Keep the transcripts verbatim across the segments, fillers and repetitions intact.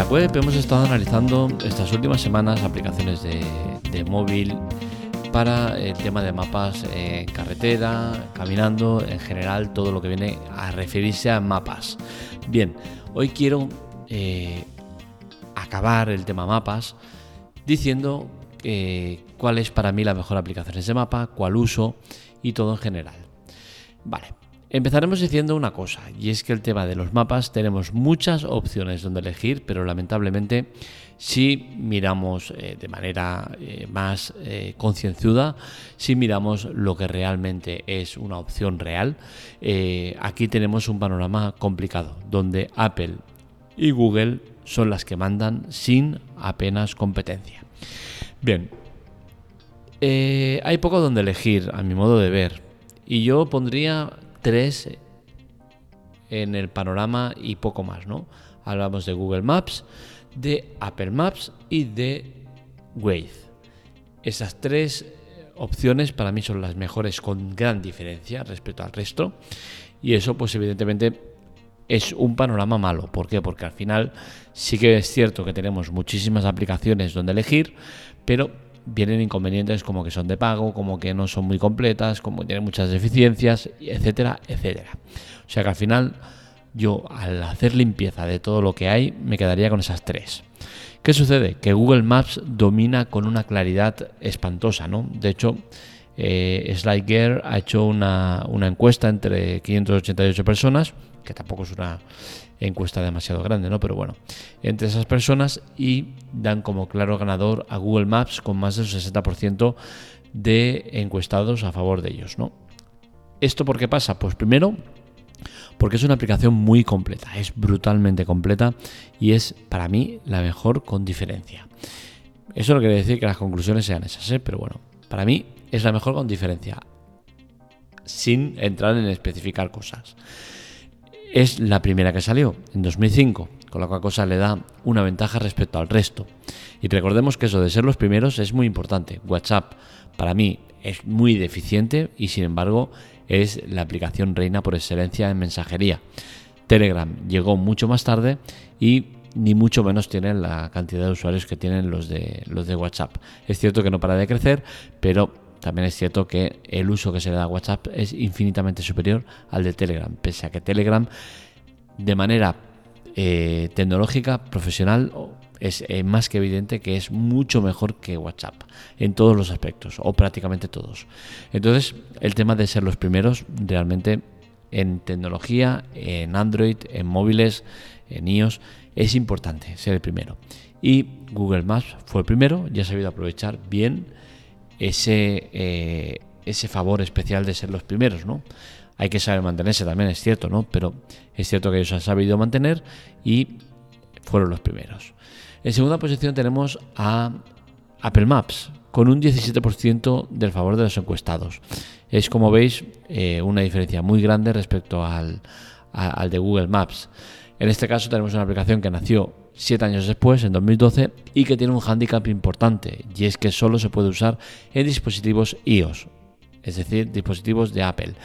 la web hemos estado analizando estas últimas semanas aplicaciones de, de móvil para el tema de mapas en carretera, caminando, en general todo lo que viene a referirse a mapas. Bien, hoy quiero eh, acabar el tema mapas diciendo eh, cuál es para mí la mejor aplicación de mapa, cuál uso y todo en general. Vale. Empezaremos diciendo una cosa, y es que el tema de los mapas tenemos muchas opciones donde elegir, pero lamentablemente si miramos eh, de manera eh, más eh, concienzuda, si miramos lo que realmente es una opción real, eh, aquí tenemos un panorama complicado, donde Apple y Google son las que mandan sin apenas competencia. Bien, eh, hay poco donde elegir, a mi modo de ver, y yo pondría tres en el panorama y poco más, ¿no? Hablamos de Google Maps, de Apple Maps y de Waze. Esas tres opciones para mí son las mejores con gran diferencia respecto al resto, y eso pues evidentemente es un panorama malo. ¿Por qué? Porque al final sí que es cierto que tenemos muchísimas aplicaciones donde elegir, pero vienen inconvenientes como que son de pago, como que no son muy completas, como que tienen muchas deficiencias, etcétera, etcétera. O sea que al final yo, al hacer limpieza de todo lo que hay, me quedaría con esas tres. ¿Qué sucede? Que Google Maps domina con una claridad espantosa, ¿no? De hecho, eh, SlideGear ha hecho una, una encuesta entre quinientas ochenta y ocho personas, que tampoco es una encuesta demasiado grande, ¿no? Pero bueno, entre esas personas, y dan como claro ganador a Google Maps con más del sesenta por ciento de encuestados a favor de ellos, ¿no? ¿Esto por qué pasa? Pues primero, porque es una aplicación muy completa, es brutalmente completa y es para mí la mejor con diferencia. Eso no quiere decir que las conclusiones sean esas, ¿eh? Pero bueno, para mí es la mejor con diferencia, sin entrar en especificar cosas. Es la primera que salió en dos mil cinco, con la cual cosa le da una ventaja respecto al resto. Y recordemos que eso de ser los primeros es muy importante. WhatsApp para mí es muy deficiente y sin embargo es la aplicación reina por excelencia en mensajería. Telegram llegó mucho más tarde y ni mucho menos tienen la cantidad de usuarios que tienen los de, los de WhatsApp. Es cierto que no para de crecer, pero también es cierto que el uso que se le da a WhatsApp es infinitamente superior al de Telegram, pese a que Telegram, de manera eh, tecnológica, profesional, es eh, más que evidente que es mucho mejor que WhatsApp en todos los aspectos, o prácticamente todos. Entonces, el tema de ser los primeros realmente en tecnología, en Android, en móviles, en iOS, es importante ser el primero. Y Google Maps fue el primero y ha sabido aprovechar bien ese eh, ese favor especial de ser los primeros, ¿no? Hay que saber mantenerse también, es cierto, ¿no? Pero es cierto que ellos han sabido mantener y fueron los primeros. En segunda posición tenemos a Apple Maps, con un diecisiete por ciento del favor de los encuestados. Es, como veis, eh, una diferencia muy grande respecto al, a, al de Google Maps. En este caso tenemos una aplicación que nació siete años después, en dos mil doce, y que tiene un hándicap importante, y es que solo se puede usar en dispositivos iOS, es decir, dispositivos de Apple.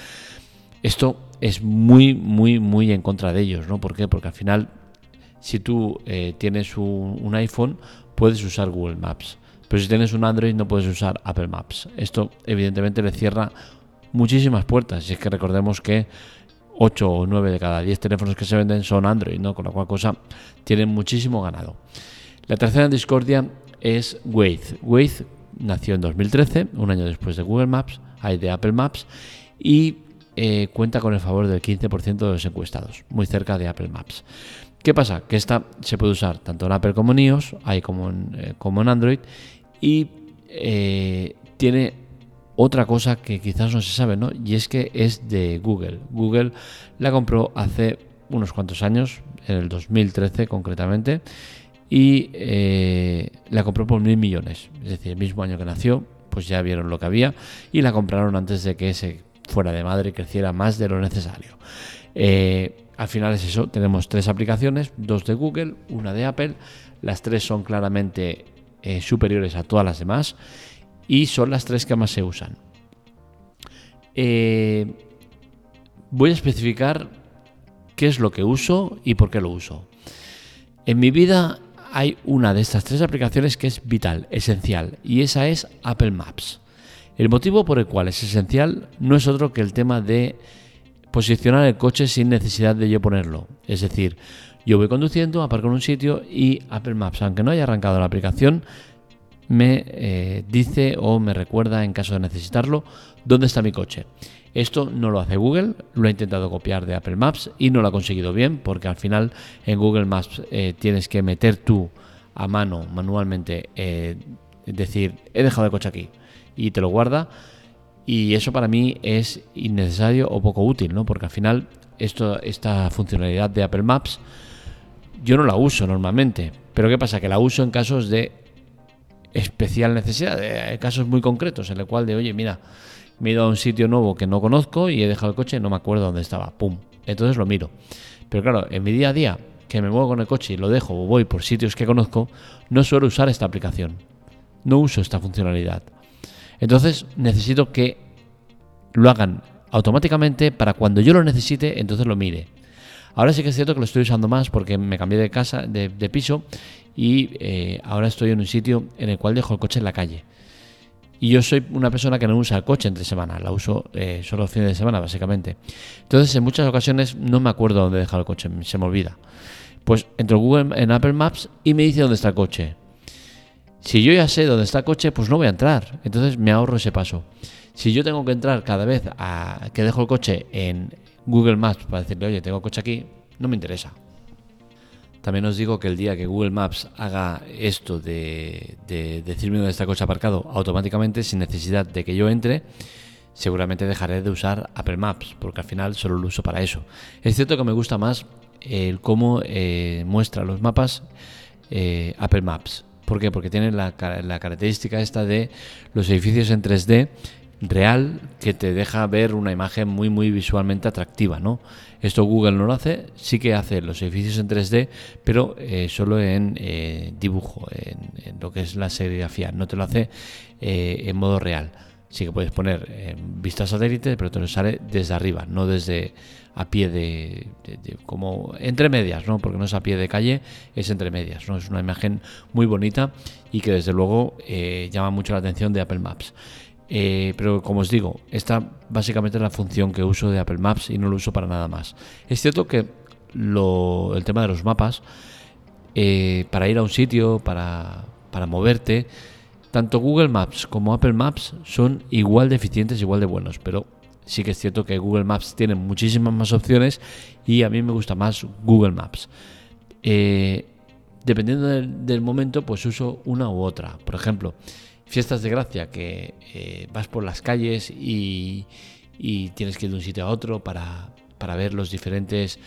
Esto es muy, muy, muy en contra de ellos, ¿no? ¿Por qué? Porque al final, si tú eh, tienes un, un iPhone, puedes usar Google Maps, pero si tienes un Android no puedes usar Apple Maps. Esto evidentemente le cierra muchísimas puertas, y es que recordemos que ocho o nueve de cada diez teléfonos que se venden son Android, ¿no? Con la cual cosa tienen muchísimo ganado. La tercera en discordia es Waze. Waze nació en dos mil trece, un año después de Google Maps, hay de Apple Maps, y eh, cuenta con el favor del quince por ciento de los encuestados, muy cerca de Apple Maps. ¿Qué pasa? Que esta se puede usar tanto en Apple como en iOS, hay como en, eh, como en Android, y eh, tiene otra cosa que quizás no se sabe, ¿no? Y es que es de Google. Google la compró hace unos cuantos años, en el dos mil trece concretamente, y eh, la compró por mil millones. Es decir, el mismo año que nació, pues ya vieron lo que había y la compraron antes de que se fuera de madre y creciera más de lo necesario. Eh, al final es eso, tenemos tres aplicaciones, dos de Google, una de Apple. Las tres son claramente eh, superiores a todas las demás, y son las tres que más se usan. Eh, voy a especificar qué es lo que uso y por qué lo uso. En mi vida hay una de estas tres aplicaciones que es vital, esencial, y esa es Apple Maps. El motivo por el cual es esencial no es otro que el tema de posicionar el coche sin necesidad de yo ponerlo. Es decir, yo voy conduciendo, aparco en un sitio y Apple Maps, aunque no haya arrancado la aplicación, me eh, dice o me recuerda, en caso de necesitarlo, dónde está mi coche. Esto no lo hace Google, lo he intentado copiar de Apple Maps y no lo ha conseguido bien, porque al final en Google Maps eh, tienes que meter tú a mano, manualmente, eh, decir, he dejado el coche aquí, y te lo guarda, y eso para mí es innecesario o poco útil, ¿no? Porque al final esto, esta funcionalidad de Apple Maps yo no la uso normalmente, pero ¿qué pasa? Que la uso en casos de especial necesidad, de casos muy concretos, en el cual de, oye, mira, me he ido a un sitio nuevo que no conozco y he dejado el coche y no me acuerdo dónde estaba, pum, entonces lo miro. Pero claro, en mi día a día, que me muevo con el coche y lo dejo o voy por sitios que conozco, no suelo usar esta aplicación, no uso esta funcionalidad. Entonces necesito que lo hagan automáticamente para cuando yo lo necesite, entonces lo mire. Ahora sí que es cierto que lo estoy usando más porque me cambié de casa, de, de piso, y eh, ahora estoy en un sitio en el cual dejo el coche en la calle. Y yo soy una persona que no usa el coche entre semana, la uso eh, solo los fines de semana, básicamente. Entonces, en muchas ocasiones no me acuerdo dónde he dejado el coche, se me olvida. Pues entro en Google, en Apple Maps, y me dice dónde está el coche. Si yo ya sé dónde está el coche, pues no voy a entrar. Entonces me ahorro ese paso. Si yo tengo que entrar cada vez a que dejo el coche en Google Maps para decirle, oye, tengo el coche aquí, no me interesa. También os digo que el día que Google Maps haga esto de, de decirme dónde está el coche aparcado automáticamente, sin necesidad de que yo entre, seguramente dejaré de usar Apple Maps, porque al final solo lo uso para eso. Es cierto que me gusta más el cómo eh, muestra los mapas eh, Apple Maps. ¿Por qué? Porque tiene la, la característica esta de los edificios en tres D real, que te deja ver una imagen muy muy visualmente atractiva, ¿no? Esto Google no lo hace, sí que hace los edificios en tres D, pero eh, solo en eh, dibujo, en, en lo que es la serigrafía, no te lo hace eh, en modo real. Sí que puedes poner eh, vista satélite, pero te lo sale desde arriba, no desde a pie de, de, de como entre medias, ¿no? Porque no es a pie de calle, es entre medias, ¿no? Es una imagen muy bonita y que desde luego eh, llama mucho la atención de Apple Maps. Eh, pero como os digo, esta básicamente es la función que uso de Apple Maps y no lo uso para nada más. Es cierto que lo, el tema de los mapas, eh, para ir a un sitio, para, para moverte, tanto Google Maps como Apple Maps son igual de eficientes, igual de buenos, pero sí que es cierto que Google Maps tiene muchísimas más opciones y a mí me gusta más Google Maps. Eh, dependiendo del, del momento, pues uso una u otra. Por ejemplo, fiestas de gracia, que eh, vas por las calles y, y tienes que ir de un sitio a otro para, para ver los diferentes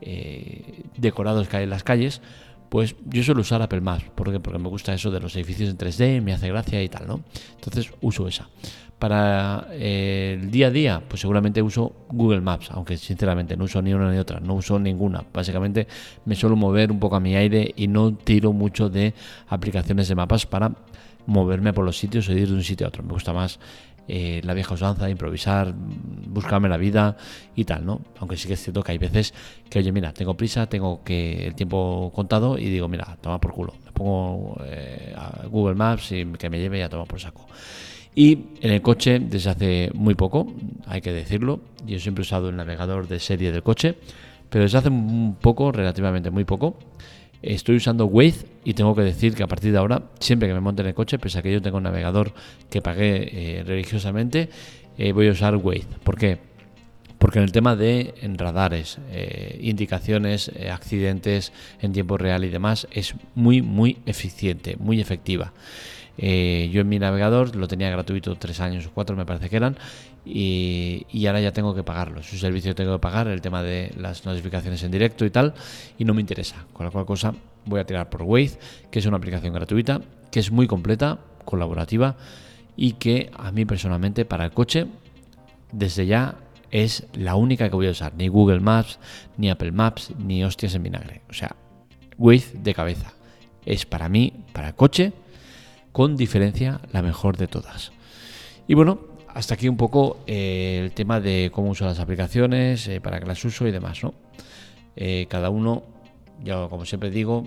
eh, decorados que hay en las calles, pues yo suelo usar Apple Maps. ¿Por qué? Porque me gusta eso de los edificios en tres D, me hace gracia y tal, ¿no? Entonces uso esa. Para eh, el día a día, pues seguramente uso Google Maps, aunque sinceramente no uso ni una ni otra, no uso ninguna. Básicamente me suelo mover un poco a mi aire y no tiro mucho de aplicaciones de mapas para moverme por los sitios o ir de un sitio a otro. Me gusta más eh, la vieja usanza, improvisar, buscarme la vida y tal, ¿no? Aunque sí que es cierto que hay veces que, oye, mira, tengo prisa, tengo que el tiempo contado y digo, mira, toma por culo. Me pongo eh, a Google Maps y que me lleve y a tomar por saco. Y en el coche, desde hace muy poco, hay que decirlo, yo siempre he usado el navegador de serie del coche, pero desde hace un poco, relativamente muy poco, estoy usando Waze y tengo que decir que a partir de ahora, siempre que me monte en el coche, pese a que yo tengo un navegador que pagué eh, religiosamente, eh, voy a usar Waze. ¿Por qué? Porque en el tema de en radares, eh, indicaciones, eh, accidentes en tiempo real y demás, es muy, muy eficiente, muy efectiva. Eh, yo en mi navegador lo tenía gratuito tres años o cuatro, me parece que eran, y, y ahora ya tengo que pagarlo. Es un servicio que tengo que pagar, el tema de las notificaciones en directo y tal, y no me interesa. Con la cual cosa voy a tirar por Waze, que es una aplicación gratuita, que es muy completa, colaborativa, y que a mí personalmente para el coche, desde ya, es la única que voy a usar. Ni Google Maps, ni Apple Maps, ni hostias en vinagre. O sea, Waze de cabeza. Es para mí, para el coche, con diferencia la mejor de todas. Y bueno, hasta aquí un poco eh, el tema de cómo uso las aplicaciones, eh, para qué las uso y demás, ¿no? Eh, cada uno, yo como siempre digo,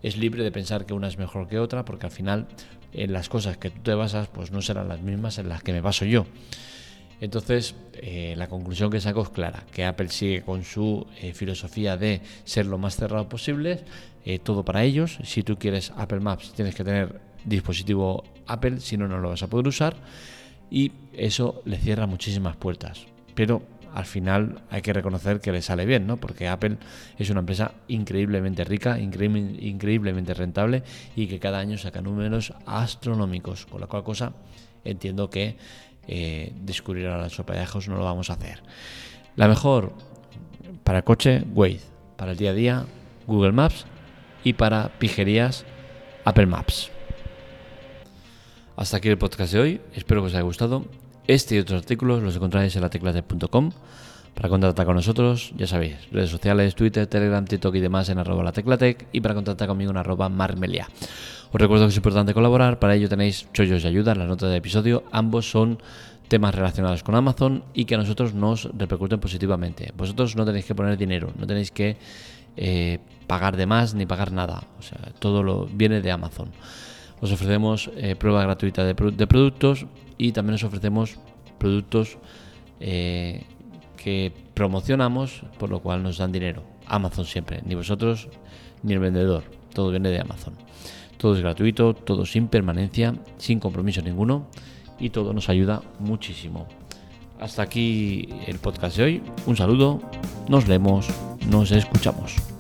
es libre de pensar que una es mejor que otra, porque al final en las cosas que tú te basas pues no serán las mismas en las que me baso yo. Entonces, eh, la conclusión que saco es clara, que Apple sigue con su eh, filosofía de ser lo más cerrado posible, eh, todo para ellos. Si tú quieres Apple Maps, tienes que tener dispositivo Apple, si no, no lo vas a poder usar, y eso le cierra muchísimas puertas. Pero al final hay que reconocer que le sale bien, ¿no? Porque Apple es una empresa increíblemente rica, increíble, increíblemente rentable y que cada año saca números astronómicos, con la cual cosa entiendo que eh, descubrir a la sopa de ajos no lo vamos a hacer. La mejor para el coche, Waze, para el día a día, Google Maps, y para pijerías, Apple Maps. Hasta aquí el podcast de hoy, espero que os haya gustado. Este y otros artículos los encontráis en la teclatec punto com. Para contactar con nosotros, ya sabéis, redes sociales, Twitter, Telegram, TikTok y demás en arroba la teclatec, y para contactar conmigo en arroba marmelia. Os recuerdo que es importante colaborar, para ello tenéis chollos y ayuda en las notas del episodio, ambos son temas relacionados con Amazon y que a nosotros nos repercuten positivamente. Vosotros no tenéis que poner dinero, no tenéis que eh, pagar de más ni pagar nada, o sea, todo lo viene de Amazon. Os ofrecemos eh, prueba gratuita de, de productos y también os ofrecemos productos eh, que promocionamos, por lo cual nos dan dinero. Amazon siempre, ni vosotros ni el vendedor, todo viene de Amazon. Todo es gratuito, todo sin permanencia, sin compromiso ninguno y todo nos ayuda muchísimo. Hasta aquí el podcast de hoy. Un saludo, nos leemos, nos escuchamos.